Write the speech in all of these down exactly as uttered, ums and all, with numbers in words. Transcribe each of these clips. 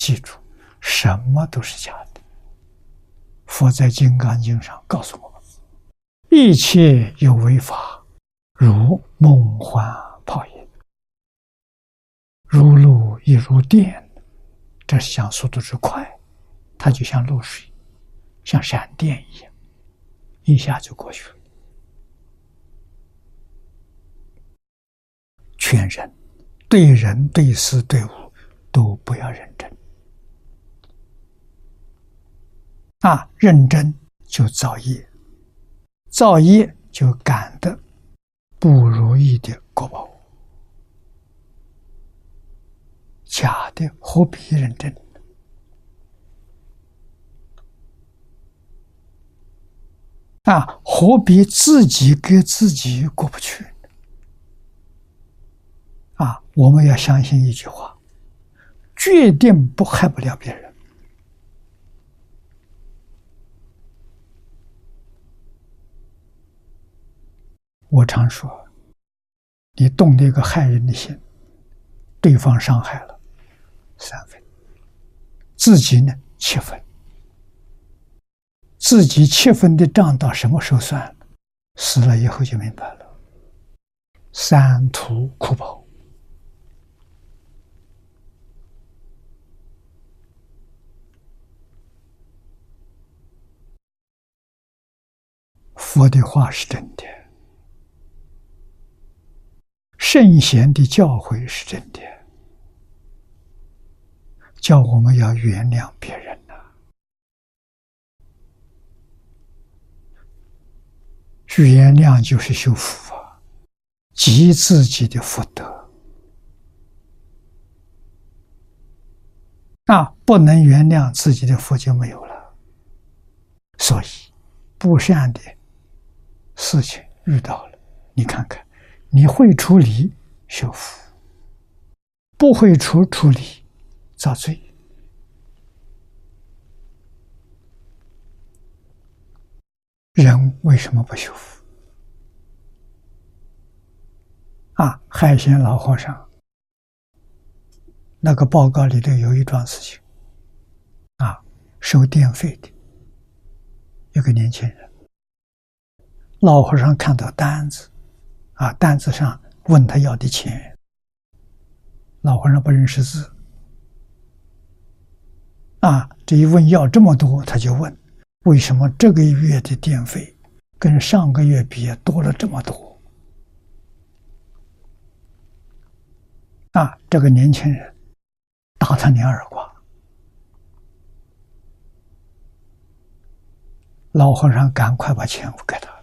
记住，什么都是假的。佛在《金刚经》上告诉我们：一切有为法，如梦幻泡影，如露亦如电。这是讲速度之快，它就像露水，像闪电一样，一下就过去了。劝人对人对事对物都不要认真啊！认真就造业，造业就感得不如意的果报。假的何必认真啊？何必自己跟自己过不去啊？我们要相信一句话：决定不害不了别人。我常说，你动了一个害人的心，对方伤害了三分，自己呢七分，自己七分的账到什么时候算？死了以后就明白了，三途苦报。佛的话是真的，圣贤的教诲是真的，叫我们要原谅别人呐、啊。原谅就是修福啊，积自己的福德啊，不能原谅自己的福就没有了。所以不善的事情遇到了，你看看，你会处理修福，不会处处理造罪。人为什么不修福啊？海鲜老和尚那个报告里头有一桩事情啊，收电费的一个年轻人，老和尚看到单子啊，单子上问他要的钱，老和尚不认识字啊，这一问要这么多，他就问为什么这个月的电费跟上个月比多了这么多啊？这个年轻人打他两耳光，老和尚赶快把钱付给他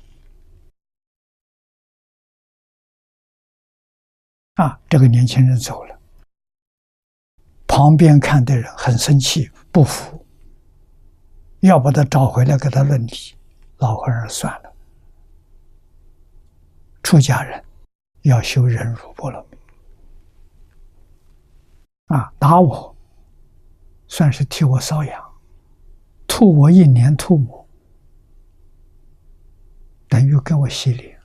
啊！这个年轻人走了，旁边看的人很生气，不服，要把他找回来给他论理。老和尚算了，出家人要修忍辱波罗蜜啊！打我算是替我瘙痒，吐我一年吐沫，等于给我洗脸，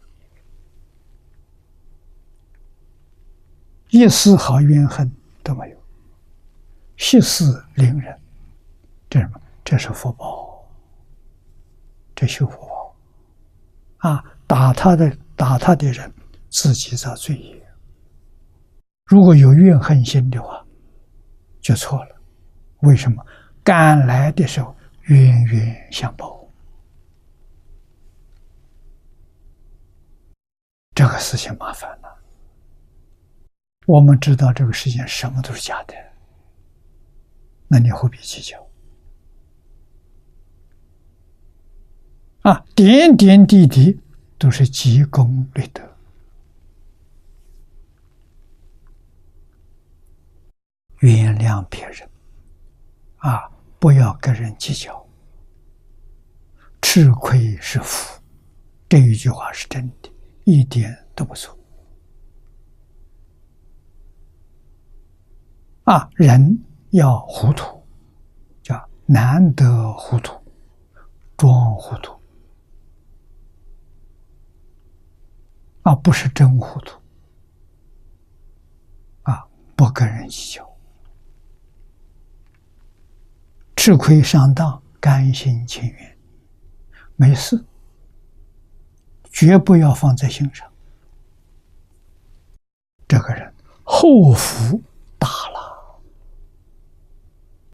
一丝毫怨恨都没有，息事宁人。这什么？这是福报，这修福报啊！打他的打他的人自己造罪业，如果有怨恨心的话就错了。为什么？赶来的时候冤冤相报，这个事情麻烦了。我们知道这个世界什么都是假的，那你何必计较啊？点点滴滴都是积功累德，原谅别人啊，不要跟人计较。吃亏是福，这一句话是真的，一点都不错啊！人要糊涂，叫难得糊涂，装糊涂啊，不是真糊涂啊！不跟人计较吃亏上当，甘心情愿，没事，绝不要放在心上。这个人后福